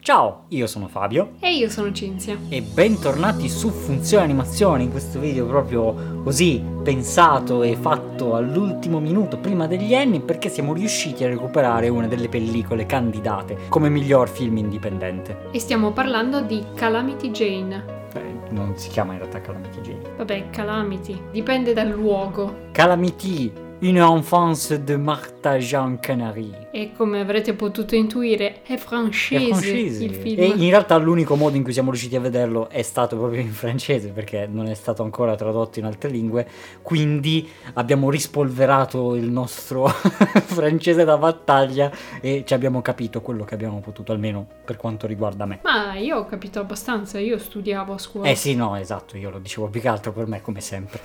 Ciao, io sono Fabio e io sono Cinzia e bentornati su Funzione Animazione, in questo video proprio così pensato e fatto all'ultimo minuto prima degli Emmy, perché siamo riusciti a recuperare una delle pellicole candidate come miglior film indipendente. e stiamo parlando di Calamity Jane. Non si chiama in realtà Calamity Jane. Vabbè, Calamity, dipende dal luogo. Calamity, une enfance de Martha Jean Canary. E come avrete potuto intuire è francese il film. E in realtà l'unico modo in cui siamo riusciti a vederlo è stato proprio in francese, perché non è stato ancora tradotto in altre lingue, quindi abbiamo rispolverato il nostro francese da battaglia e ci abbiamo capito quello che abbiamo potuto, almeno per quanto riguarda me. Ma io ho capito abbastanza, io studiavo a scuola. Sì, no, esatto, io lo dicevo più che altro per me come sempre.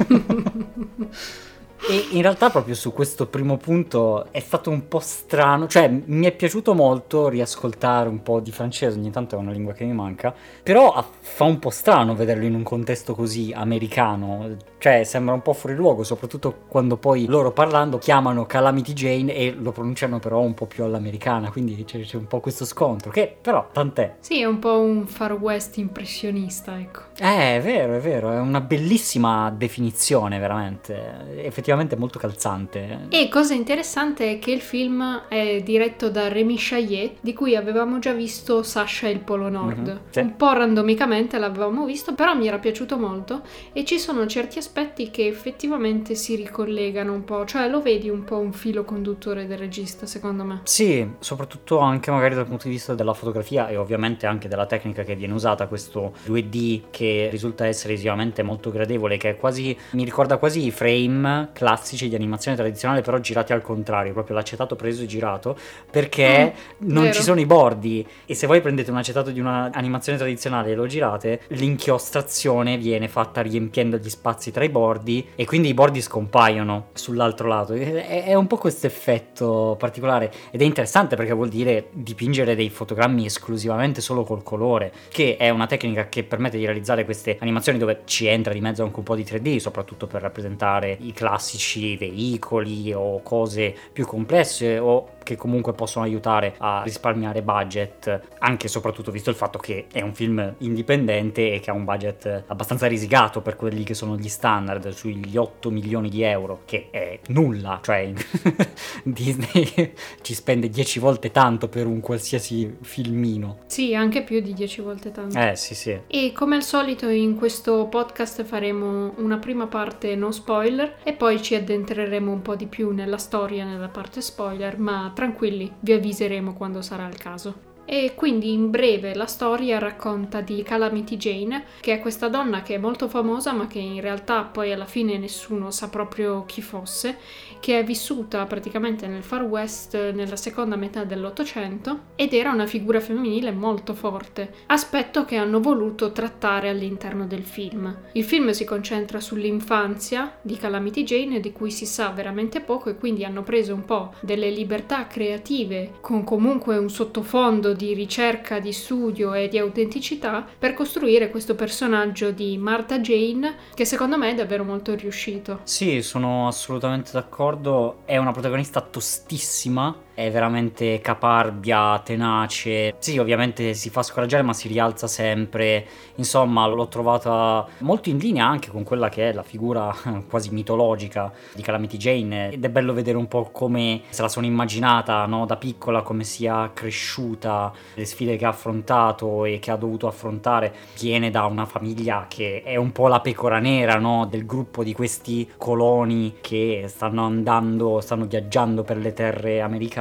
E in realtà proprio su questo primo punto è stato un po' strano, cioè mi è piaciuto molto riascoltare un po' di francese, ogni tanto è una lingua che mi manca, però fa un po' strano vederlo in un contesto così americano, cioè sembra un po' fuori luogo, soprattutto quando poi loro parlando chiamano Calamity Jane e lo pronunciano però un po' più all'americana, quindi c'è un po' questo scontro, che però tant'è. Sì, è un po' un Far West impressionista, ecco. È vero, è una bellissima definizione, veramente, effettivamente molto calzante. E cosa interessante è che il film è diretto da Rémi Chayet, di cui avevamo già visto Sasha e il Polo Nord. Sì. Un po' randomicamente l'avevamo visto, però mi era piaciuto molto e ci sono certi aspetti che effettivamente si ricollegano un po', cioè lo vedi un po' un filo conduttore del regista, secondo me. Sì, soprattutto anche magari dal punto di vista della fotografia e ovviamente anche della tecnica che viene usata, questo 2D che risulta essere visivamente molto gradevole, che è quasi, mi ricorda quasi i frame classici di animazione tradizionale, però girati al contrario, proprio l'acetato preso e girato, perché non vero. ci sono i bordi, e se voi prendete un acetato di un'animazione tradizionale e lo girate, l'inchiostrazione viene fatta riempiendo gli spazi tra i bordi e quindi i bordi scompaiono sull'altro lato. È un po' questo effetto particolare ed è interessante perché vuol dire dipingere dei fotogrammi esclusivamente solo col colore, che è una tecnica che permette di realizzare queste animazioni dove ci entra di mezzo anche un po' di 3D, soprattutto per rappresentare i classici veicoli o cose più complesse o che comunque possono aiutare a risparmiare budget, anche e soprattutto visto il fatto che è un film indipendente e che ha un budget abbastanza risicato per quelli che sono gli standard, sugli 8 milioni di euro, che è nulla, cioè Disney ci spende 10 volte tanto per un qualsiasi filmino. Sì, anche più di 10 volte tanto. Sì. E come al solito in questo podcast faremo una prima parte no spoiler e poi ci addentreremo un po' di più nella storia, nella parte spoiler, ma tranquilli, vi avviseremo quando sarà il caso. E quindi in breve la storia racconta di Calamity Jane, che è questa donna che è molto famosa ma che in realtà poi alla fine nessuno sa proprio chi fosse, che è vissuta praticamente nel Far West nella seconda metà dell'Ottocento ed era una figura femminile molto forte, aspetto che hanno voluto trattare all'interno del film. Il film si concentra sull'infanzia di Calamity Jane, di cui si sa veramente poco, e quindi hanno preso un po' delle libertà creative con comunque un sottofondo di ricerca, di studio e di autenticità per costruire questo personaggio di Martha Jane che secondo me è davvero molto riuscito. Sì, sono assolutamente d'accordo, è una protagonista tostissima, è veramente caparbia, tenace, sì, ovviamente si fa scoraggiare ma si rialza sempre, insomma l'ho trovata molto in linea anche con quella che è la figura quasi mitologica di Calamity Jane, ed è bello vedere un po' come se la sono immaginata, no, da piccola, come sia cresciuta, le sfide che ha affrontato e che ha dovuto affrontare. Viene da una famiglia che è un po' la pecora nera, no, del gruppo di questi coloni che stanno viaggiando per le terre americane.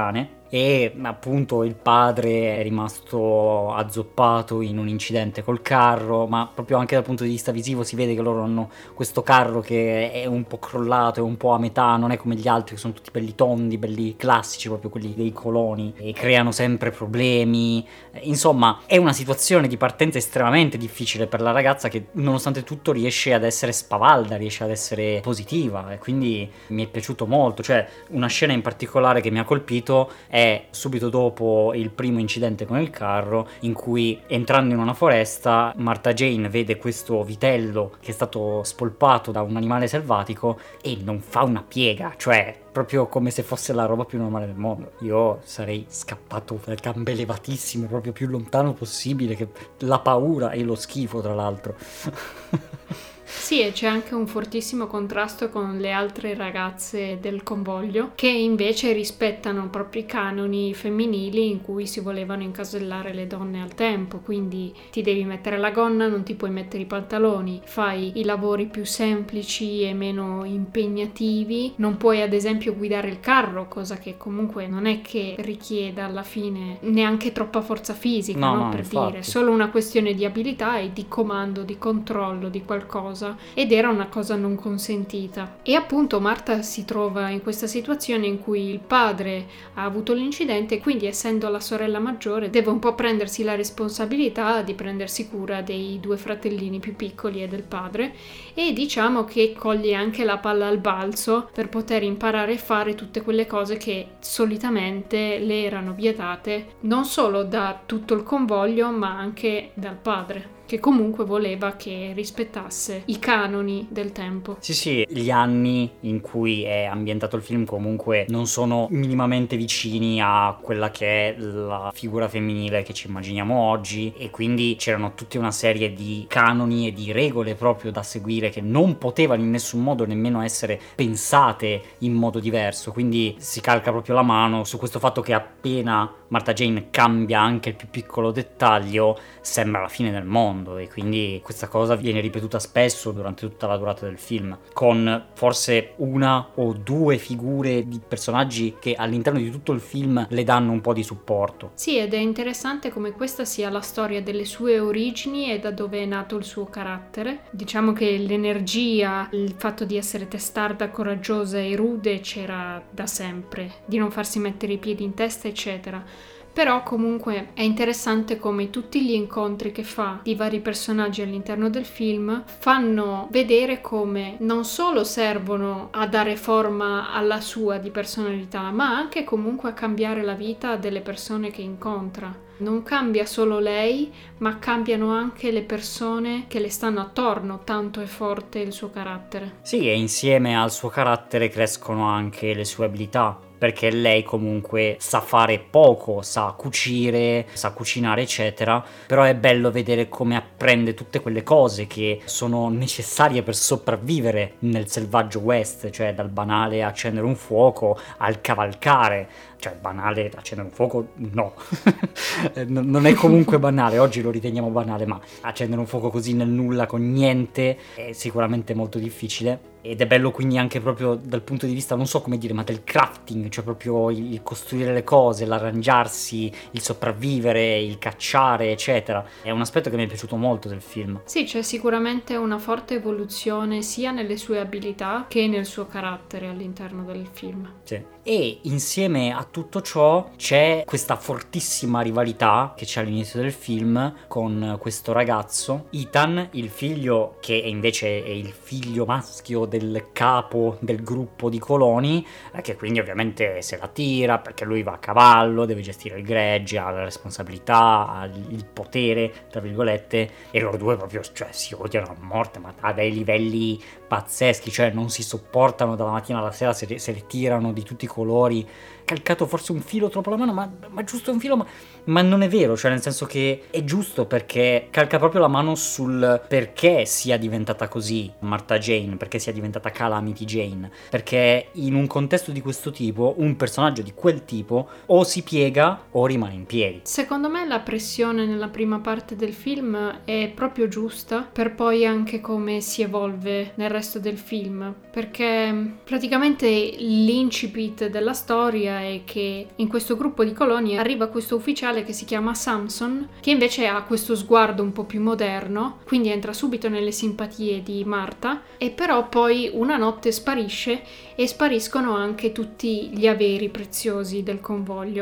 E appunto il padre è rimasto azzoppato in un incidente col carro, ma proprio anche dal punto di vista visivo si vede che loro hanno questo carro che è un po' crollato, è un po' a metà, non è come gli altri che sono tutti belli tondi, belli classici, proprio quelli dei coloni, e creano sempre problemi. Insomma, è una situazione di partenza estremamente difficile per la ragazza, che nonostante tutto riesce ad essere spavalda, riesce ad essere positiva, e quindi mi è piaciuto molto. Cioè, una scena in particolare che mi ha colpito è è subito dopo il primo incidente con il carro, in cui entrando in una foresta Martha Jane vede questo vitello che è stato spolpato da un animale selvatico e non fa una piega, cioè proprio come se fosse la roba più normale del mondo. Io sarei scappato a gambe levatissime, proprio più lontano possibile, che la paura e lo schifo, tra l'altro. Sì, e c'è anche un fortissimo contrasto con le altre ragazze del convoglio, che invece rispettano proprio i canoni femminili in cui si volevano incasellare le donne al tempo, quindi ti devi mettere la gonna, non ti puoi mettere i pantaloni, fai i lavori più semplici e meno impegnativi, non puoi ad esempio guidare il carro, cosa che comunque non è che richieda alla fine neanche troppa forza fisica, no, per infatti. dire, solo una questione di abilità e di comando, di controllo di qualcosa. Ed era una cosa non consentita. E appunto Marta si trova in questa situazione in cui il padre ha avuto l'incidente e quindi, essendo la sorella maggiore, deve un po' prendersi la responsabilità di prendersi cura dei due fratellini più piccoli e del padre, e diciamo che coglie anche la palla al balzo per poter imparare a fare tutte quelle cose che solitamente le erano vietate non solo da tutto il convoglio ma anche dal padre, che comunque voleva che rispettasse i canoni del tempo. Sì, gli anni in cui è ambientato il film comunque non sono minimamente vicini a quella che è la figura femminile che ci immaginiamo oggi, e quindi c'erano tutta una serie di canoni e di regole proprio da seguire che non potevano in nessun modo nemmeno essere pensate in modo diverso, quindi si calca proprio la mano su questo fatto che appena Martha Jane cambia anche il più piccolo dettaglio sembra la fine del mondo. E quindi questa cosa viene ripetuta spesso durante tutta la durata del film, con forse una o due figure di personaggi che all'interno di tutto il film le danno un po' di supporto. Sì, ed è interessante come questa sia la storia delle sue origini e da dove è nato il suo carattere. Diciamo che l'energia, il fatto di essere testarda, coraggiosa e rude c'era da sempre, di non farsi mettere i piedi in testa, eccetera. Però comunque è interessante come tutti gli incontri che fa di vari personaggi all'interno del film fanno vedere come non solo servono a dare forma alla sua di personalità, ma anche comunque a cambiare la vita delle persone che incontra. Non cambia solo lei, ma cambiano anche le persone che le stanno attorno, tanto è forte il suo carattere. Sì, e insieme al suo carattere crescono anche le sue abilità, perché lei comunque sa fare poco, sa cucire, sa cucinare eccetera, però è bello vedere come apprende tutte quelle cose che sono necessarie per sopravvivere nel selvaggio West, cioè dal banale accendere un fuoco al cavalcare. Cioè banale accendere un fuoco no, non è comunque banale, oggi lo riteniamo banale, ma accendere un fuoco così nel nulla con niente è sicuramente molto difficile. Ed è bello quindi anche proprio dal punto di vista, non so come dire, ma del crafting, cioè proprio il costruire le cose, l'arrangiarsi, il sopravvivere, il cacciare, eccetera. È un aspetto che mi è piaciuto molto del film. Sì, c'è sicuramente una forte evoluzione sia nelle sue abilità che nel suo carattere all'interno del film. Sì. E insieme a tutto ciò c'è questa fortissima rivalità che c'è all'inizio del film con questo ragazzo, Ethan, il figlio che invece è il figlio maschio del capo del gruppo di coloni, che quindi ovviamente se la tira perché lui va a cavallo, deve gestire il gregge, ha la responsabilità, ha il potere, tra virgolette, e loro due proprio, cioè, si odiano a morte, ma a dei livelli pazzeschi, cioè non si sopportano dalla mattina alla sera, se le tirano di tutti i colori. Calcato forse un filo troppo la mano, ma giusto un filo, ma non è vero, cioè nel senso che è giusto, perché calca proprio la mano sul perché sia diventata così Martha Jane, perché sia diventata Calamity Jane, perché in un contesto di questo tipo un personaggio di quel tipo o si piega o rimane in piedi. Secondo me la pressione nella prima parte del film è proprio giusta, per poi anche come si evolve nel resto del film, perché praticamente l'incipit della storia è che in questo gruppo di coloni arriva questo ufficiale che si chiama Samson, che invece ha questo sguardo un po' più moderno, quindi entra subito nelle simpatie di Martha, e però poi una notte sparisce e spariscono anche tutti gli averi preziosi del convoglio.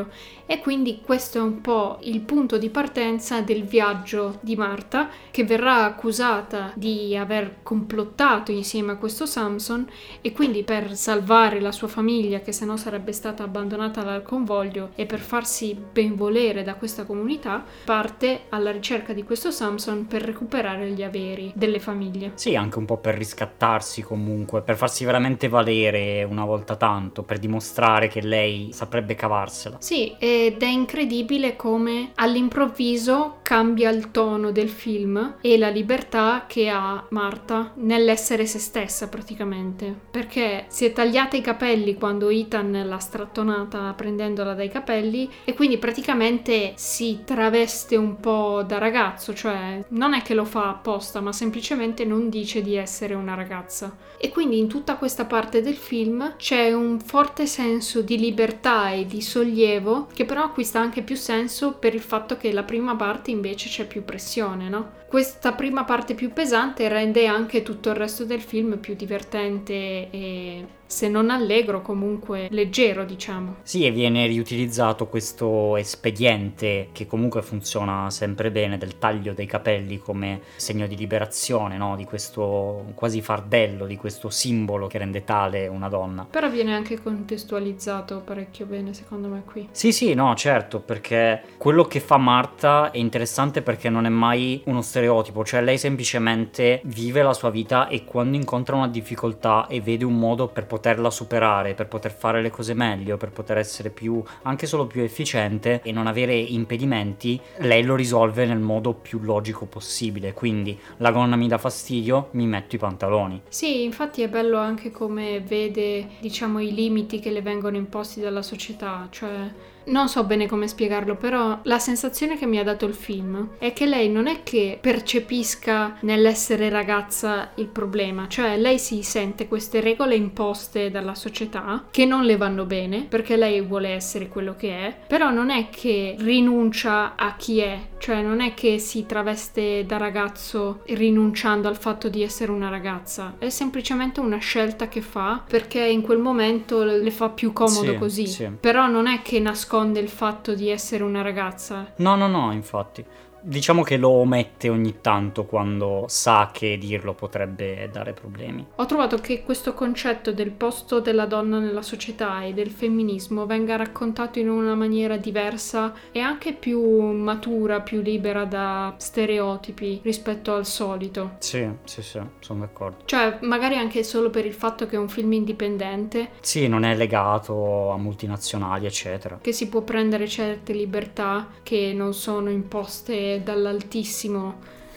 E quindi questo è un po' il punto di partenza del viaggio di Marta, che verrà accusata di aver complottato insieme a questo Samson, e quindi per salvare la sua famiglia, che sennò sarebbe stata abbandonata dal convoglio, e per farsi benvolere da questa comunità, parte alla ricerca di questo Samson per recuperare gli averi delle famiglie. Sì, anche un po' per riscattarsi comunque, per farsi veramente valere una volta tanto, per dimostrare che lei saprebbe cavarsela. Sì, ed è incredibile come all'improvviso cambia il tono del film e la libertà che ha Marta nell'essere se stessa praticamente, perché si è tagliata i capelli quando Ethan l'ha strattonata prendendola dai capelli e quindi praticamente si traveste un po' da ragazzo, cioè non è che lo fa apposta, ma semplicemente non dice di essere una ragazza. E quindi in tutta questa parte del film c'è un forte senso di libertà e di sollievo, che però acquista anche più senso per il fatto che la prima parte invece c'è più pressione, no? Questa prima parte più pesante rende anche tutto il resto del film più divertente e, se non allegro, comunque leggero, diciamo. Sì, e viene riutilizzato questo espediente che comunque funziona sempre bene, del taglio dei capelli come segno di liberazione, no? Di questo quasi fardello, di questo simbolo che rende tale una donna. Però viene anche contestualizzato parecchio bene, secondo me, qui. Sì, no, certo, perché quello che fa Marta è interessante perché non è mai uno stereotipo, cioè lei semplicemente vive la sua vita e quando incontra una difficoltà e vede un modo per poterla superare, per poter fare le cose meglio, per poter essere più, anche solo più efficiente e non avere impedimenti, lei lo risolve nel modo più logico possibile. Quindi la gonna mi dà fastidio, mi metto i pantaloni. Sì, infatti è bello anche come vede, diciamo, i limiti che le vengono imposti dalla società, cioè non so bene come spiegarlo, però la sensazione che mi ha dato il film è che lei non è che percepisca nell'essere ragazza il problema, cioè lei si sente queste regole imposte dalla società che non le vanno bene perché lei vuole essere quello che è, però non è che rinuncia a chi è, cioè non è che si traveste da ragazzo rinunciando al fatto di essere una ragazza, è semplicemente una scelta che fa perché in quel momento le fa più comodo così, sì. Però non è che nasconde il fatto di essere una ragazza. No, infatti. Diciamo che lo omette ogni tanto quando sa che dirlo potrebbe dare problemi. Ho trovato che questo concetto del posto della donna nella società e del femminismo venga raccontato in una maniera diversa e anche più matura, più libera da stereotipi rispetto al solito. Sì, sono d'accordo. Cioè, magari anche solo per il fatto che è un film indipendente. Sì, non è legato a multinazionali, eccetera. Che si può prendere certe libertà che non sono imposte dall'altissimo,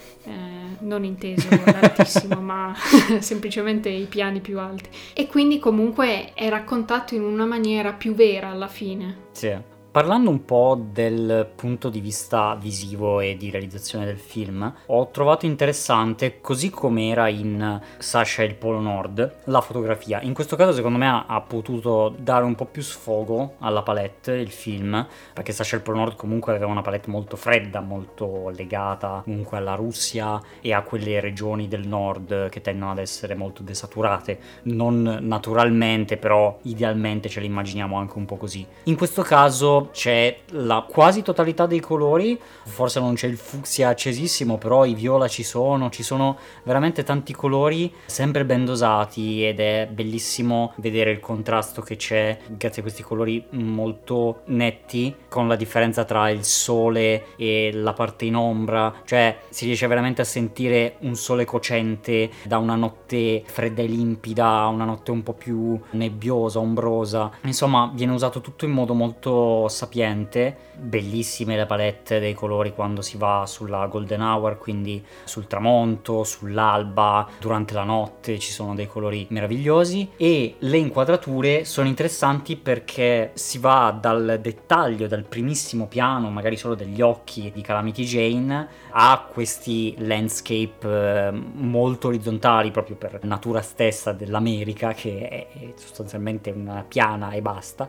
non inteso l'altissimo, ma semplicemente i piani più alti. E quindi comunque è raccontato in una maniera più vera alla fine. Sì. Parlando un po' del punto di vista visivo e di realizzazione del film, ho trovato interessante, così come era in Sasha e il Polo Nord, la fotografia. In questo caso secondo me ha potuto dare un po' più sfogo alla palette il film, perché Sasha e il Polo Nord comunque aveva una palette molto fredda, molto legata comunque alla Russia e a quelle regioni del nord che tendono ad essere molto desaturate. Non naturalmente, però idealmente ce le immaginiamo anche un po' così. In questo caso c'è la quasi totalità dei colori, forse non c'è il fucsia accesissimo, però i viola ci sono veramente tanti colori, sempre ben dosati, ed è bellissimo vedere il contrasto che c'è grazie a questi colori molto netti, con la differenza tra il sole e la parte in ombra, cioè si riesce veramente a sentire un sole cocente da una notte fredda e limpida a una notte un po' più nebbiosa, ombrosa, insomma viene usato tutto in modo molto sapiente. Bellissime le palette dei colori quando si va sulla golden hour, quindi sul tramonto, sull'alba, durante la notte ci sono dei colori meravigliosi, e le inquadrature sono interessanti perché si va dal dettaglio, dal primissimo piano magari solo degli occhi di Calamity Jane a questi landscape molto orizzontali, proprio per natura stessa dell'America, che è sostanzialmente una piana e basta.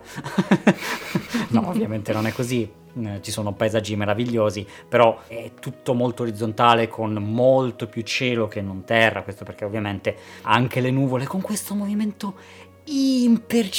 No, ovviamente non è così, ci sono paesaggi meravigliosi, però è tutto molto orizzontale con molto più cielo che non terra, questo perché ovviamente anche le nuvole con questo movimento impercettibile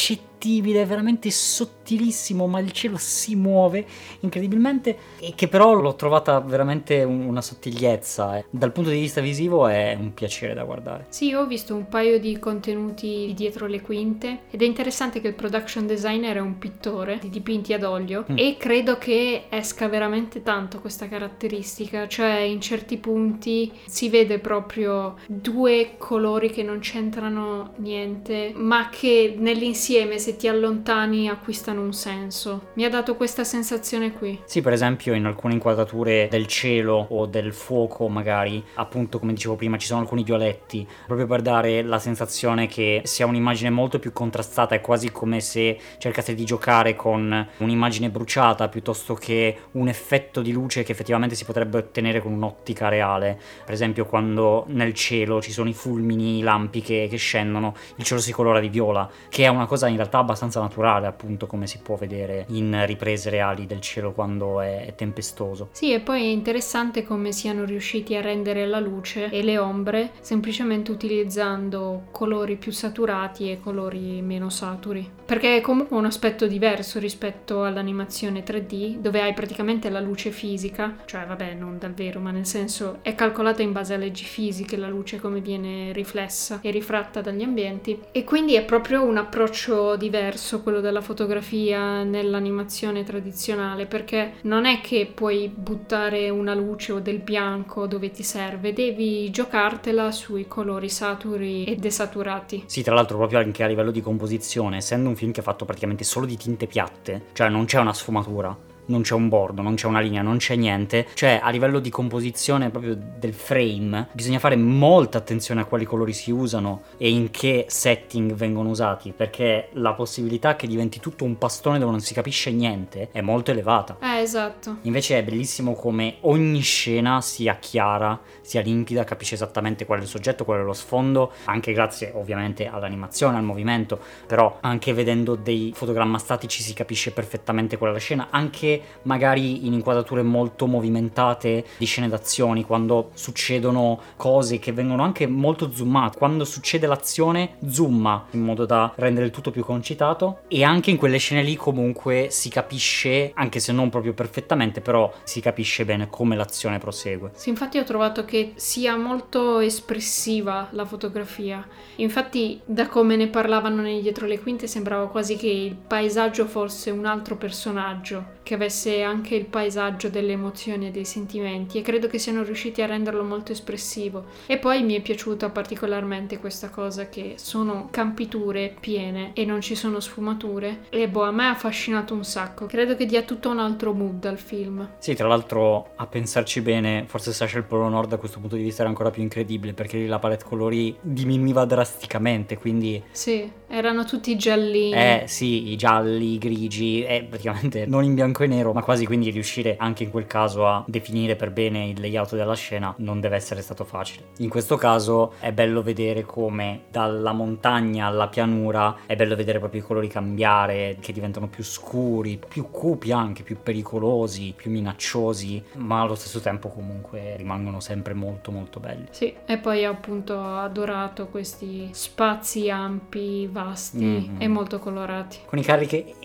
impercettibile, è veramente sottilissimo, ma il cielo si muove incredibilmente, e che però l'ho trovata veramente una sottigliezza. Dal punto di vista visivo è un piacere da guardare. Sì, ho visto un paio di contenuti dietro le quinte ed è interessante che il production designer è un pittore di dipinti ad olio e credo che esca veramente tanto questa caratteristica, cioè in certi punti si vede proprio due colori che non c'entrano niente, ma che nell'insieme, se ti allontani, acquistano un senso. Mi ha dato questa sensazione qui. Sì, per esempio in alcune inquadrature del cielo o del fuoco, magari, appunto come dicevo prima, ci sono alcuni violetti, proprio per dare la sensazione che sia un'immagine molto più contrastata, è quasi come se cercasse di giocare con un'immagine bruciata piuttosto che un effetto di luce che effettivamente si potrebbe ottenere con un'ottica reale. Per esempio quando nel cielo ci sono i fulmini, i lampi che scendono, il cielo si colora di viola, che è una cosa in realtà abbastanza naturale, appunto, come si può vedere in riprese reali del cielo quando è tempestoso. Sì, e poi è interessante come siano riusciti a rendere la luce e le ombre semplicemente utilizzando colori più saturati e colori meno saturi, perché è comunque un aspetto diverso rispetto all'animazione 3D, dove hai praticamente la luce fisica, cioè vabbè, non davvero, ma nel senso è calcolata in base a leggi fisiche la luce, come viene riflessa e rifratta dagli ambienti, e quindi è proprio un approccio diverso quello della fotografia nell'animazione tradizionale, perché non è che puoi buttare una luce o del bianco dove ti serve, devi giocartela sui colori saturi e desaturati. Sì, tra l'altro proprio anche a livello di composizione, essendo un film che è fatto praticamente solo di tinte piatte, cioè non c'è una sfumatura, non c'è un bordo, non c'è una linea, non c'è niente, cioè a livello di composizione proprio del frame bisogna fare molta attenzione a quali colori si usano e in che setting vengono usati, perché la possibilità che diventi tutto un pastone dove non si capisce niente è molto elevata. Esatto. Invece è bellissimo come ogni scena sia chiara, sia limpida, capisce esattamente qual è il soggetto, qual è lo sfondo, anche grazie ovviamente all'animazione, al movimento, però anche vedendo dei fotogramma statici si capisce perfettamente qual è la scena, anche magari in inquadrature molto movimentate di scene d'azioni, quando succedono cose che vengono anche molto zoomate, quando succede l'azione zooma in modo da rendere il tutto più concitato, e anche in quelle scene lì comunque si capisce, anche se non proprio perfettamente, però si capisce bene come l'azione prosegue. Sì, infatti ho trovato che sia molto espressiva la fotografia, infatti da come ne parlavano nei dietro le quinte sembrava quasi che il paesaggio fosse un altro personaggio, che avesse anche il paesaggio delle emozioni e dei sentimenti, e credo che siano riusciti a renderlo molto espressivo. E poi mi è piaciuta particolarmente questa cosa che sono campiture piene e non ci sono sfumature, e a me ha affascinato un sacco, credo che dia tutto un altro mood al film. Sì, tra l'altro a pensarci bene, forse Sasha il Polo Nord da questo punto di vista era ancora più incredibile, perché lì la palette colori diminuiva drasticamente, quindi sì, erano tutti giallini. Sì, i gialli, i grigi, praticamente non in bianco e nero, ma quasi, quindi riuscire anche in quel caso a definire per bene il layout della scena non deve essere stato facile. In questo caso è bello vedere come dalla montagna alla pianura è bello vedere proprio i colori cambiare, che diventano più scuri, più cupi anche, più pericolosi, più minacciosi, ma allo stesso tempo comunque rimangono sempre molto molto belli. Sì, e poi appunto ho adorato questi spazi ampi, vasti e molto colorati, con i carri che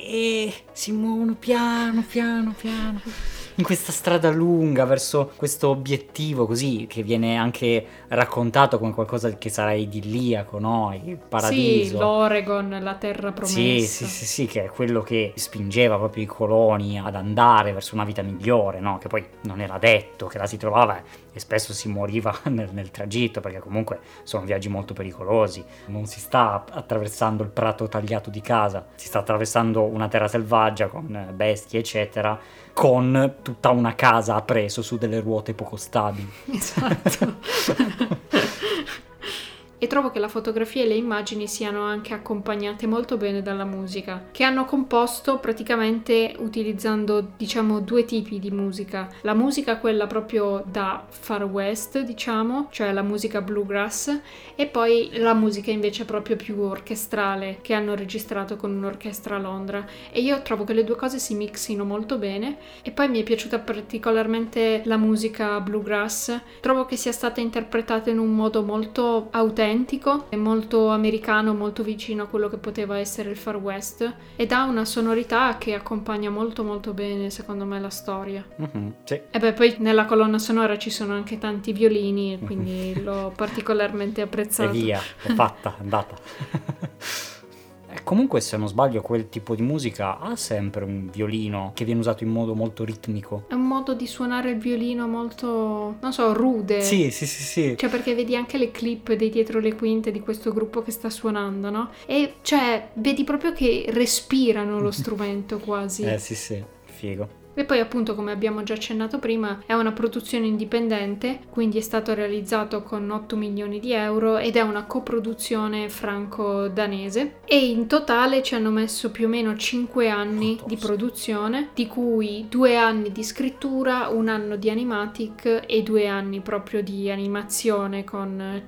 si muovono piano piano in questa strada lunga verso questo obiettivo, così, che viene anche raccontato come qualcosa che sarà idilliaco, no? Il paradiso. Sì, l'Oregon, la terra promessa. Sì, che è quello che spingeva proprio i coloni ad andare verso una vita migliore, no? Che poi non era detto che la si trovava e spesso si moriva nel tragitto, perché comunque sono viaggi molto pericolosi. Non si sta attraversando il prato tagliato di casa, si sta attraversando una terra selvaggia con bestie, eccetera, con tutta una casa a preso su delle ruote poco stabili. Esatto. E trovo che la fotografia e le immagini siano anche accompagnate molto bene dalla musica, che hanno composto praticamente utilizzando, diciamo, due tipi di musica. La musica quella proprio da Far West, diciamo, cioè la musica bluegrass, e poi la musica invece proprio più orchestrale, che hanno registrato con un'orchestra a Londra. E io trovo che le due cose si mixino molto bene, e poi mi è piaciuta particolarmente la musica bluegrass. Trovo che sia stata interpretata in un modo molto autentico, identico, è molto americano, molto vicino a quello che poteva essere il Far West, ed ha una sonorità che accompagna molto molto bene, secondo me, la storia. Sì. E beh, poi nella colonna sonora ci sono anche tanti violini, quindi l'ho particolarmente apprezzato. E via, è fatta, è andata. Comunque, se non sbaglio, quel tipo di musica ha sempre un violino che viene usato in modo molto ritmico. È un modo di suonare il violino molto, non so, rude. Sì. Cioè, perché vedi anche le clip dei dietro le quinte di questo gruppo che sta suonando, no? E cioè, vedi proprio che respirano lo strumento quasi. Sì, figo. E poi appunto, come abbiamo già accennato prima, è una produzione indipendente, quindi è stato realizzato con 8 milioni di euro ed è una coproduzione franco-danese, e in totale ci hanno messo più o meno 5 anni di produzione, di cui 2 anni di scrittura, 1 anno di animatic e 2 anni proprio di animazione, con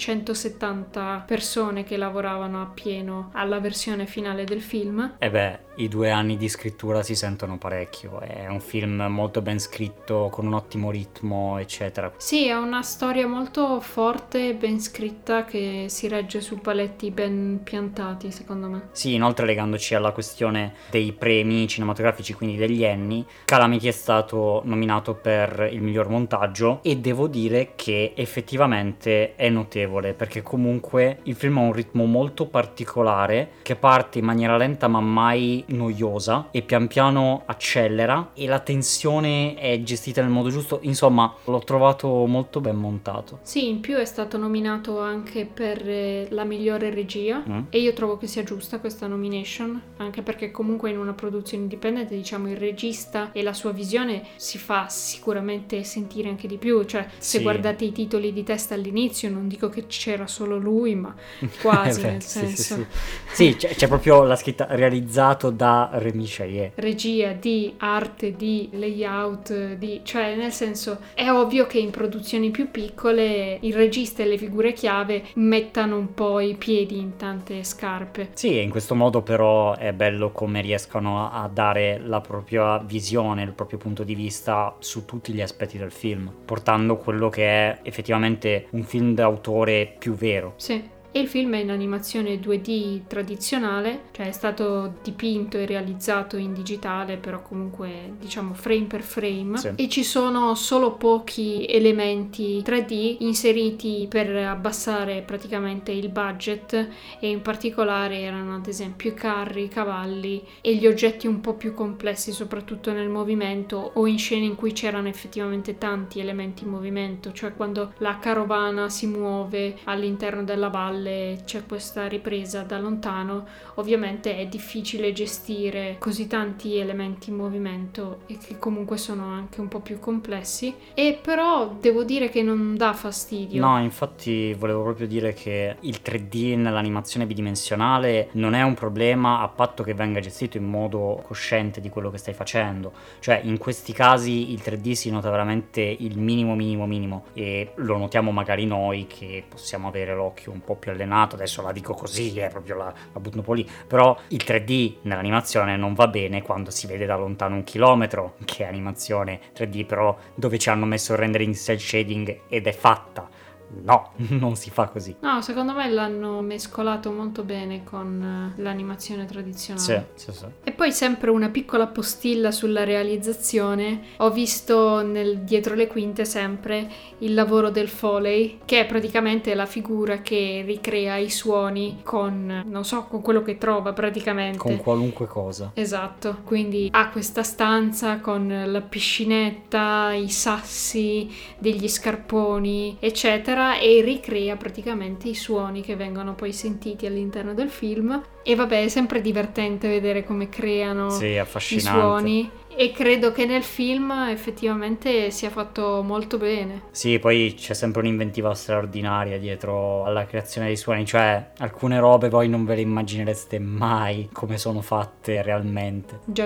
170 persone che lavoravano a pieno alla versione finale del film. E beh, i 2 anni di scrittura si sentono parecchio, è un film molto ben scritto, con un ottimo ritmo, eccetera. Sì, è una storia molto forte, ben scritta, che si regge su paletti ben piantati, secondo me. Sì, inoltre, legandoci alla questione dei premi cinematografici, quindi degli Annie, Calamity è stato nominato per il miglior montaggio, e devo dire che effettivamente è notevole, perché comunque il film ha un ritmo molto particolare, che parte in maniera lenta ma mai noiosa, e pian piano accelera, e la tensione è gestita nel modo giusto. Insomma, l'ho trovato molto ben montato. Sì, in più è stato nominato anche per la migliore regia, e io trovo che sia giusta questa nomination, anche perché comunque in una produzione indipendente, diciamo, il regista e la sua visione si fa sicuramente sentire anche di più. Cioè, se guardate i titoli di testa all'inizio, non dico che c'era solo lui, ma quasi, nel senso. Sì, c'è proprio la scritta realizzato da Rémi Chayet. Regia, di arte, di layout, cioè, nel senso, è ovvio che in produzioni più piccole il regista e le figure chiave mettano un po' i piedi in tante scarpe. Sì, in questo modo però è bello come riescano a dare la propria visione, il proprio punto di vista su tutti gli aspetti del film, portando quello che è effettivamente un film d'autore più vero. Sì. E il film è in animazione 2D tradizionale, cioè è stato dipinto e realizzato in digitale, però comunque diciamo frame per frame, sì. E ci sono solo pochi elementi 3D inseriti per abbassare praticamente il budget, e in particolare erano ad esempio i carri, i cavalli e gli oggetti un po' più complessi, soprattutto nel movimento o in scene in cui c'erano effettivamente tanti elementi in movimento, cioè quando la carovana si muove all'interno della valle, c'è questa ripresa da lontano. Ovviamente è difficile gestire così tanti elementi in movimento, e che comunque sono anche un po' più complessi, e però devo dire che non dà fastidio. No, infatti volevo proprio dire che il 3D nell'animazione bidimensionale non è un problema, a patto che venga gestito in modo cosciente di quello che stai facendo. Cioè, in questi casi il 3D si nota veramente il minimo, e lo notiamo magari noi che possiamo avere l'occhio un po' più allenato. Adesso la dico così, proprio la butto un po' lì, però il 3D nell'animazione non va bene quando si vede da lontano 1 chilometro, che è animazione 3D, però dove ci hanno messo il rendering cel shading ed è fatta. No, non si fa così. No, secondo me l'hanno mescolato molto bene con l'animazione tradizionale. Sì. E poi sempre una piccola postilla sulla realizzazione. Ho visto dietro le quinte sempre il lavoro del Foley, che è praticamente la figura che ricrea i suoni con, non so, con quello che trova praticamente. Con qualunque cosa. Esatto, quindi ha questa stanza con la piscinetta, i sassi, degli scarponi, eccetera, e ricrea praticamente i suoni che vengono poi sentiti all'interno del film. E vabbè, è sempre divertente vedere come creano i suoni, e credo che nel film effettivamente sia fatto molto bene. Sì, poi c'è sempre un'inventiva straordinaria dietro alla creazione dei suoni, cioè alcune robe voi non ve le immaginereste mai come sono fatte realmente. Già.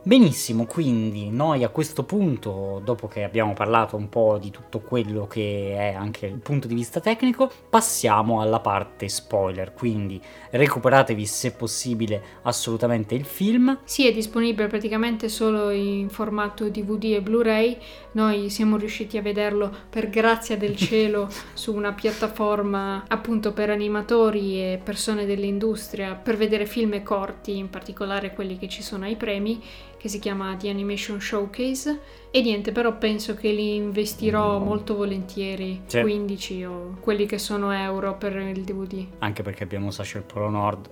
Benissimo, quindi noi a questo punto, dopo che abbiamo parlato un po' di tutto quello che è anche il punto di vista tecnico, passiamo alla parte spoiler, quindi recuperatevi se possibile assolutamente il film. Sì, è disponibile praticamente solo in formato DVD e Blu-ray, noi siamo riusciti a vederlo per grazia del cielo su una piattaforma appunto per animatori e persone dell'industria per vedere film corti, in particolare quelli che ci sono ai premi, che si chiama The Animation Showcase, e niente, però penso che li investirò molto volentieri, Sì. 15 o quelli che sono euro per il DVD. Anche perché abbiamo usato il Polo Nord.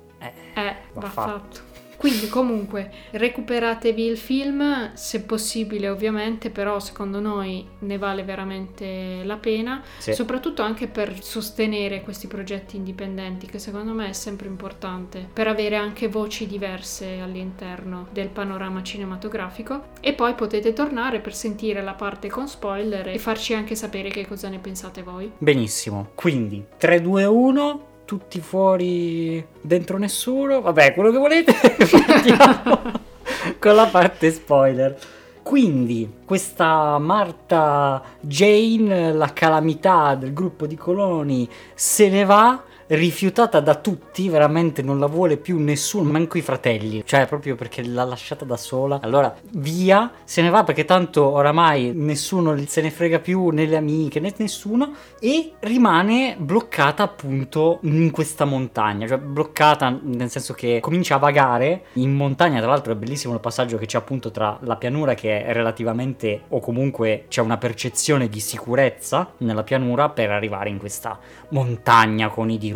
Va fatto. Quindi comunque recuperatevi il film, se possibile ovviamente, però secondo noi ne vale veramente la pena, Sì. soprattutto anche per sostenere questi progetti indipendenti, che secondo me è sempre importante, per avere anche voci diverse all'interno del panorama cinematografico. E poi potete tornare per sentire la parte con spoiler e farci anche sapere che cosa ne pensate voi. Benissimo, quindi 3, 2, 1... tutti fuori, dentro nessuno, vabbè, quello che volete. Partiamo con la parte spoiler. Quindi questa Martha Jane, la calamità del gruppo di coloni, se ne va, rifiutata da tutti, veramente non la vuole più nessuno, manco i fratelli, cioè proprio perché l'ha lasciata da sola. Allora via, se ne va perché tanto oramai nessuno se ne frega più, né le amiche né nessuno, e rimane bloccata appunto in questa montagna, cioè bloccata nel senso che comincia a vagare in montagna. Tra l'altro è bellissimo il passaggio che c'è appunto tra la pianura, che è relativamente, o comunque c'è una percezione di sicurezza nella pianura, per arrivare in questa montagna con i dirupi,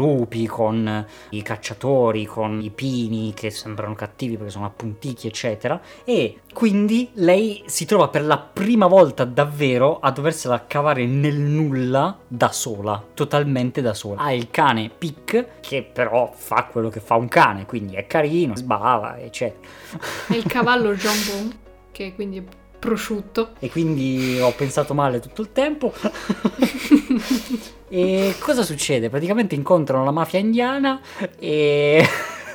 con i cacciatori, con i pini che sembrano cattivi perché sono appuntiti eccetera, e quindi lei si trova per la prima volta davvero a doversela cavare nel nulla da sola, totalmente da sola. Ha il cane Pic, che però fa quello che fa un cane, quindi è carino, sbava eccetera, E il cavallo jambon, che quindi è prosciutto. e quindi ho pensato male tutto il tempo. E cosa succede? Praticamente incontrano la mafia indiana e...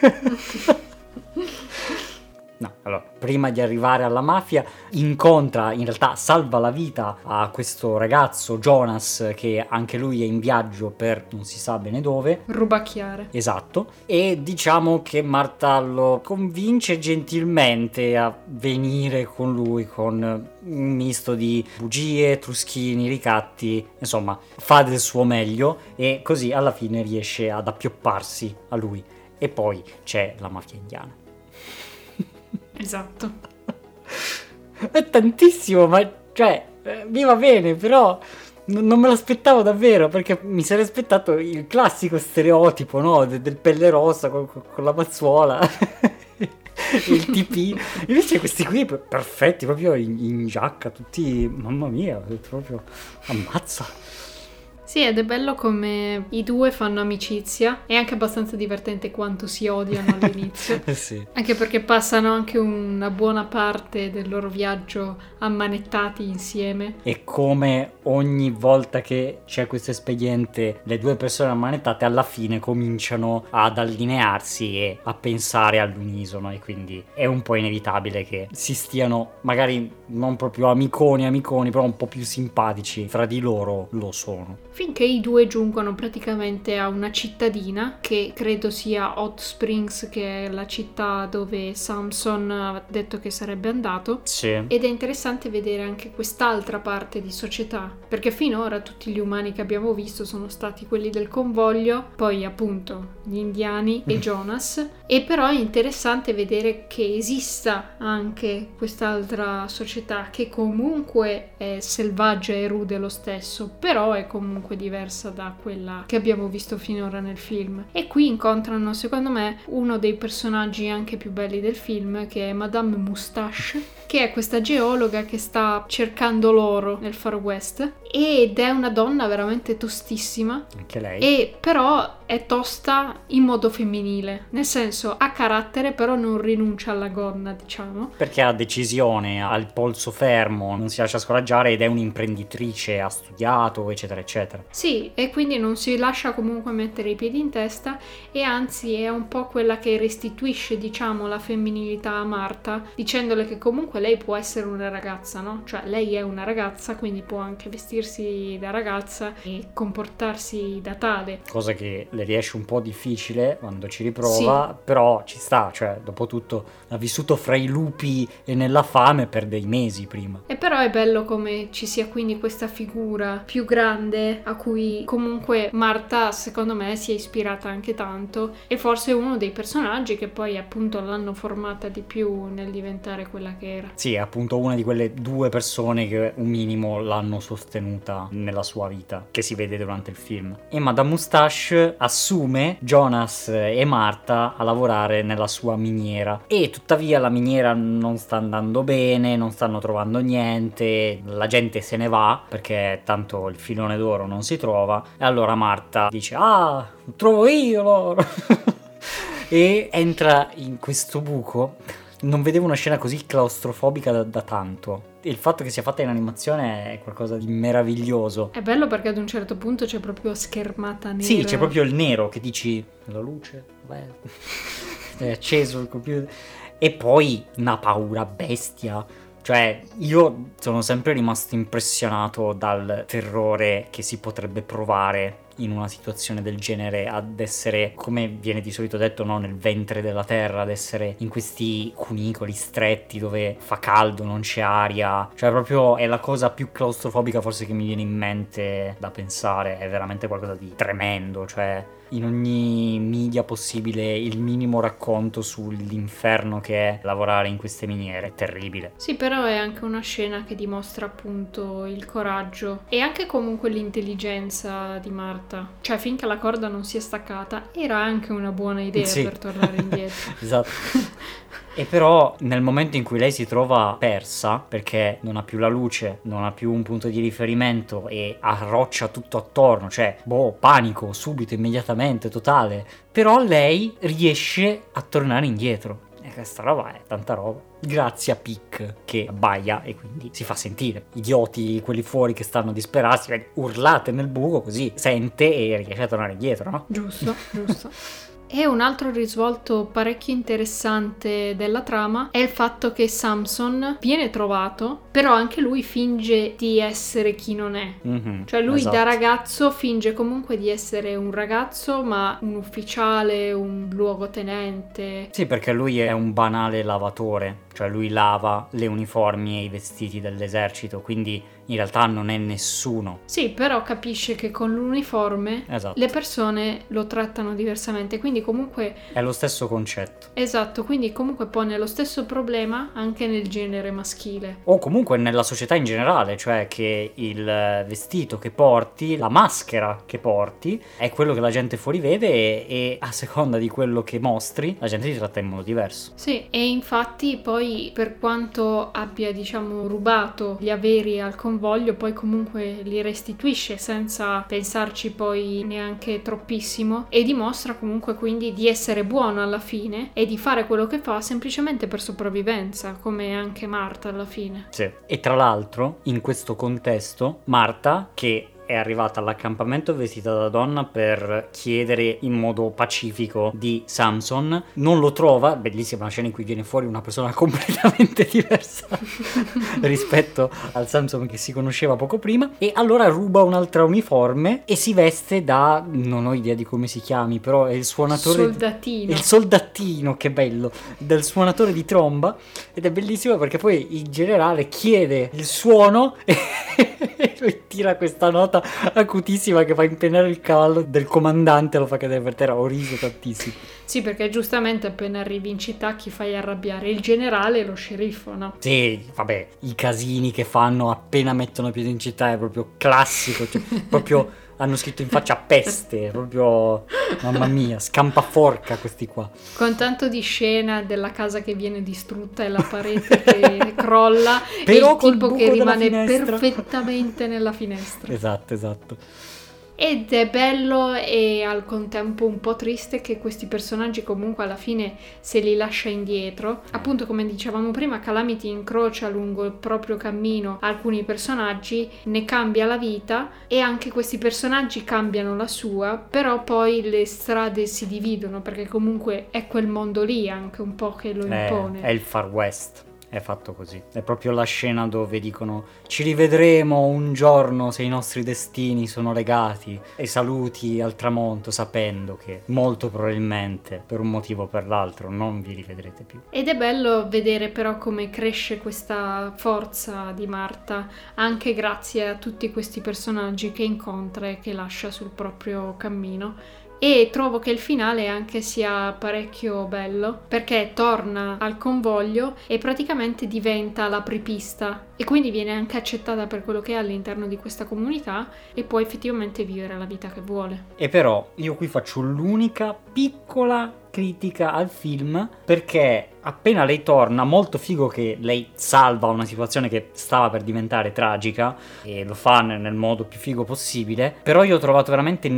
No, allora, prima di arrivare alla mafia, incontra, in realtà salva la vita a questo ragazzo Jonas, che anche lui è in viaggio per non si sa bene dove. Rubacchiare. Esatto. E diciamo che Martha lo convince gentilmente a venire con lui, con un misto di bugie, truschini, ricatti, insomma, fa del suo meglio e così alla fine riesce ad appiopparsi a lui. E poi c'è la mafia indiana. Esatto. È tantissimo, ma cioè mi va bene, però non me l'aspettavo davvero, perché mi sarei aspettato il classico stereotipo, no? Del pelle rossa con la mazzuola. Il tipino. Invece questi qui perfetti, proprio in giacca, tutti, mamma mia, proprio ammazza. Sì, ed è bello come i due fanno amicizia. È anche abbastanza divertente quanto si odiano all'inizio. Sì. Anche perché passano anche una buona parte del loro viaggio ammanettati insieme. E come ogni volta che c'è questo espediente, le due persone ammanettate alla fine cominciano ad allinearsi e a pensare all'unisono, e quindi è un po' inevitabile che si stiano magari non proprio amiconi, però un po' più simpatici fra di loro lo sono. Finché i due giungono praticamente a una cittadina che credo sia Hot Springs, che è la città dove Samson ha detto che sarebbe andato. Sì. Ed è interessante vedere anche quest'altra parte di società, perché finora tutti gli umani che abbiamo visto sono stati quelli del convoglio, poi appunto gli indiani e Jonas, e però è interessante vedere che esista anche quest'altra società che comunque è selvaggia e rude lo stesso, però è comunque diversa da quella che abbiamo visto finora nel film. E qui incontrano, secondo me, uno dei personaggi anche più belli del film, che è Madame Moustache, che è questa geologa che sta cercando l'oro nel Far West, ed è una donna veramente tostissima. Anche lei. E però è tosta in modo femminile, nel senso ha carattere però non rinuncia alla gonna, diciamo. Perché ha decisione, ha il polso fermo, non si lascia scoraggiare ed è un'imprenditrice, ha studiato, eccetera, eccetera. Sì, e quindi non si lascia comunque mettere i piedi in testa e anzi è un po' quella che restituisce, diciamo, la femminilità a Marta, dicendole che comunque lei può essere una ragazza, no? Cioè lei è una ragazza, quindi può anche vestirsi da ragazza e comportarsi da tale. Cosa che le riesce un po' difficile quando ci riprova, sì. Però ci sta, cioè dopo tutto ha vissuto fra i lupi e nella fame per dei mesi prima. E però è bello come ci sia quindi questa figura più grande a cui comunque Marta secondo me si è ispirata anche tanto e forse è uno dei personaggi che poi appunto l'hanno formata di più nel diventare quella che era. Sì, è appunto una di quelle due persone che un minimo l'hanno sostenuta nella sua vita, che si vede durante il film. E Madame Moustache assume Jonas e Marta a lavorare nella sua miniera e tuttavia la miniera non sta andando bene, non stanno trovando niente, la gente se ne va perché tanto il filone d'oro non si trova e allora Marta dice trovo io l'oro e entra in questo buco. Non vedevo una scena così claustrofobica da tanto. Il fatto che sia fatta in animazione è qualcosa di meraviglioso. È bello perché ad un certo punto c'è proprio schermata nera. Sì, c'è proprio il nero che dici la luce, è acceso il computer. E poi una paura bestia. Cioè, io sono sempre rimasto impressionato dal terrore che si potrebbe provare in una situazione del genere, ad essere, come viene di solito detto, no, nel ventre della terra, ad essere in questi cunicoli stretti dove fa caldo, non c'è aria. Cioè, proprio è la cosa più claustrofobica forse che mi viene in mente da pensare. È veramente qualcosa di tremendo, cioè in ogni media possibile il minimo racconto sull'inferno che è lavorare in queste miniere. È terribile. Sì, però è anche una scena che dimostra appunto il coraggio e anche comunque l'intelligenza di Marta. Cioè, finché la corda non si è staccata era anche una buona idea, sì, per tornare indietro. Esatto. E però nel momento in cui lei si trova persa, perché non ha più la luce, non ha più un punto di riferimento e arroccia tutto attorno, cioè panico subito, immediatamente, totale, però lei riesce a tornare indietro. E questa roba è tanta roba. Grazie a Pic che abbaia e quindi si fa sentire. Idioti, quelli fuori che stanno disperati, urlate nel buco così sente e riesce a tornare indietro, no? Giusto. E un altro risvolto parecchio interessante della trama è il fatto che Samson viene trovato, però anche lui finge di essere chi non è. Cioè lui, esatto, da ragazzo finge comunque di essere un ragazzo, ma un ufficiale, un luogotenente. Sì, perché lui è un banale lavatore, cioè lui lava le uniformi e i vestiti dell'esercito, quindi in realtà non è nessuno. Sì, però capisce che con l'uniforme, esatto, le persone lo trattano diversamente, quindi comunque è lo stesso concetto. Esatto, quindi comunque pone lo stesso problema anche nel genere maschile. O comunque nella società in generale, cioè che il vestito che porti, la maschera che porti, è quello che la gente fuori vede e a seconda di quello che mostri, la gente ti tratta in modo diverso. Sì, e infatti poi per quanto abbia, diciamo, rubato gli averi al convoglio, poi comunque li restituisce senza pensarci poi neanche troppissimo e dimostra comunque quindi di essere buono alla fine e di fare quello che fa semplicemente per sopravvivenza, come anche Marta alla fine. Sì, e tra l'altro in questo contesto Marta, che è arrivata all'accampamento vestita da donna per chiedere in modo pacifico di Samson, non lo trova, bellissima la scena in cui viene fuori una persona completamente diversa rispetto al Samson che si conosceva poco prima, e allora ruba un'altra uniforme e si veste da, non ho idea di come si chiami, però è il suonatore, soldatino, il soldatino, che bello, del suonatore di tromba, ed è bellissimo perché poi il generale chiede il suono e lui tira questa nota acutissima che fa impennare il cavallo del comandante, lo fa cadere per terra. Ho riso tantissimo. Sì, perché giustamente appena arrivi in città chi fai arrabbiare? Il generale e lo sceriffo, no? Sì, vabbè, i casini che fanno appena mettono piede in città è proprio classico, cioè, proprio hanno scritto in faccia peste, proprio, mamma mia, scampaforca questi qua. Con tanto di scena della casa che viene distrutta e la parete che crolla però e il tipo che rimane perfettamente perfettamente nella finestra. Esatto. Ed è bello e al contempo un po' triste che questi personaggi comunque alla fine se li lascia indietro. Appunto, come dicevamo prima, Calamity incrocia lungo il proprio cammino alcuni personaggi, ne cambia la vita e anche questi personaggi cambiano la sua, però poi le strade si dividono perché comunque è quel mondo lì anche un po' che lo impone. È il Far West. È fatto così. È proprio la scena dove dicono ci rivedremo un giorno se i nostri destini sono legati, e saluti al tramonto sapendo che molto probabilmente per un motivo o per l'altro non vi rivedrete più. Ed è bello vedere però come cresce questa forza di Marta anche grazie a tutti questi personaggi che incontra e che lascia sul proprio cammino. E trovo che il finale anche sia parecchio bello perché torna al convoglio e praticamente diventa l'apripista e quindi viene anche accettata per quello che è all'interno di questa comunità e può effettivamente vivere la vita che vuole. E però io qui faccio l'unica piccola critica al film perché appena lei torna, molto figo che lei salva una situazione che stava per diventare tragica e lo fa nel modo più figo possibile, però io ho trovato veramente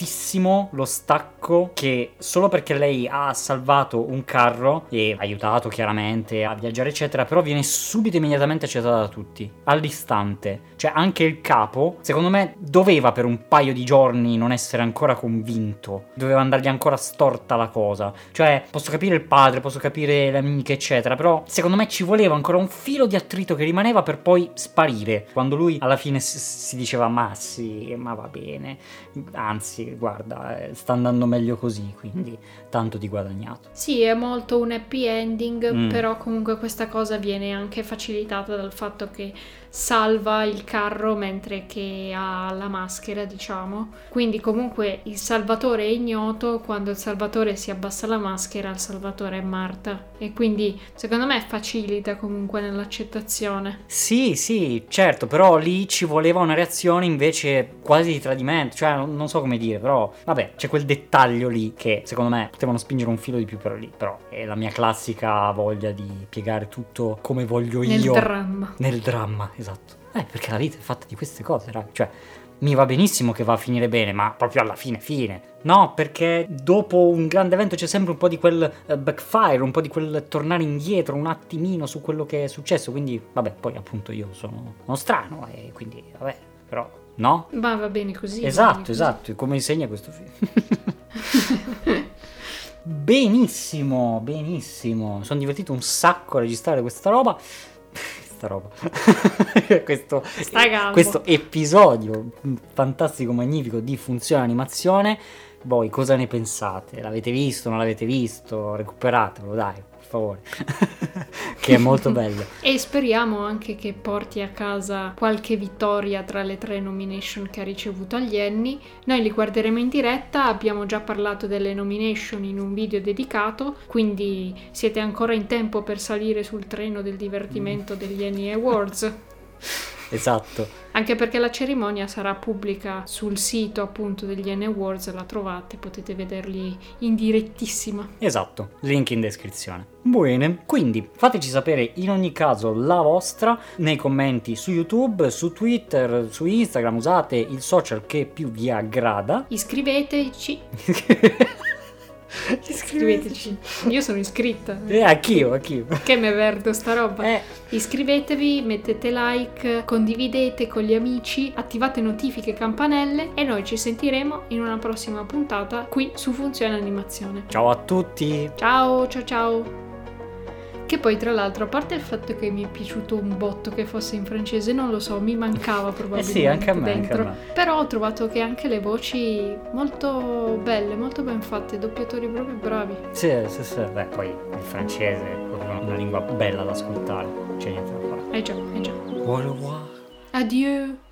lo stacco che solo perché lei ha salvato un carro e aiutato chiaramente a viaggiare eccetera, però viene subito immediatamente accettata da tutti all'istante. Cioè anche il capo secondo me doveva per un paio di giorni non essere ancora convinto, doveva andargli ancora storta la cosa. Cioè posso capire il padre, posso capire le amiche eccetera, però secondo me ci voleva ancora un filo di attrito che rimaneva per poi sparire quando lui alla fine si diceva ma sì, ma va bene, anzi guarda, sta andando meglio così, quindi tanto di guadagnato. Sì, è molto un happy ending, però comunque questa cosa viene anche facilitata dal fatto che salva il carro mentre che ha la maschera, diciamo. Quindi comunque il salvatore è ignoto, quando il salvatore si abbassa la maschera, il salvatore è Marta. E quindi secondo me facilita comunque nell'accettazione. Sì, certo, però lì ci voleva una reazione invece quasi di tradimento, cioè non so come dire, però vabbè, c'è quel dettaglio lì che secondo me potevano spingere un filo di più per lì, però è la mia classica voglia di piegare tutto come voglio io. Nel dramma, esatto. Perché la vita è fatta di queste cose, raga. Cioè, mi va benissimo che va a finire bene, ma proprio alla fine. No, perché dopo un grande evento c'è sempre un po' di quel backfire, un po' di quel tornare indietro un attimino su quello che è successo, quindi vabbè, poi appunto io sono uno strano e quindi vabbè, però no? Ma va bene così. Esatto, come insegna questo film. Benissimo. Mi sono divertito un sacco a registrare questa roba. questo episodio fantastico, magnifico di Funzione Animazione. Voi cosa ne pensate? L'avete visto? Non l'avete visto? Recuperatelo, dai, per favore. Che è molto bello. E speriamo anche che porti a casa qualche vittoria tra le 3 nomination che ha ricevuto agli Annie. Noi li guarderemo in diretta, abbiamo già parlato delle nomination in un video dedicato, quindi siete ancora in tempo per salire sul treno del divertimento degli Annie Awards. Esatto. Anche perché la cerimonia sarà pubblica sul sito appunto degli Annie Awards, la trovate, potete vederli in direttissima. Esatto, link in descrizione. Bene, quindi fateci sapere in ogni caso la vostra nei commenti su YouTube, su Twitter, su Instagram, usate il social che più vi aggrada. Iscriveteci. Io sono iscritta. Anch'io. Che me verdo sta roba. Iscrivetevi, mettete like, condividete con gli amici, attivate notifiche e campanelle e noi ci sentiremo in una prossima puntata qui su Funzione Animazione. Ciao a tutti. Ciao. Che poi tra l'altro, a parte il fatto che mi è piaciuto un botto che fosse in francese, non lo so, mi mancava probabilmente sì, anche a me, dentro. Però ho trovato che anche le voci molto belle, molto ben fatte, doppiatori proprio bravi. Sì. Beh, poi il francese è proprio una lingua bella da ascoltare, c'è niente da fare. Già. Au revoir. Adieu.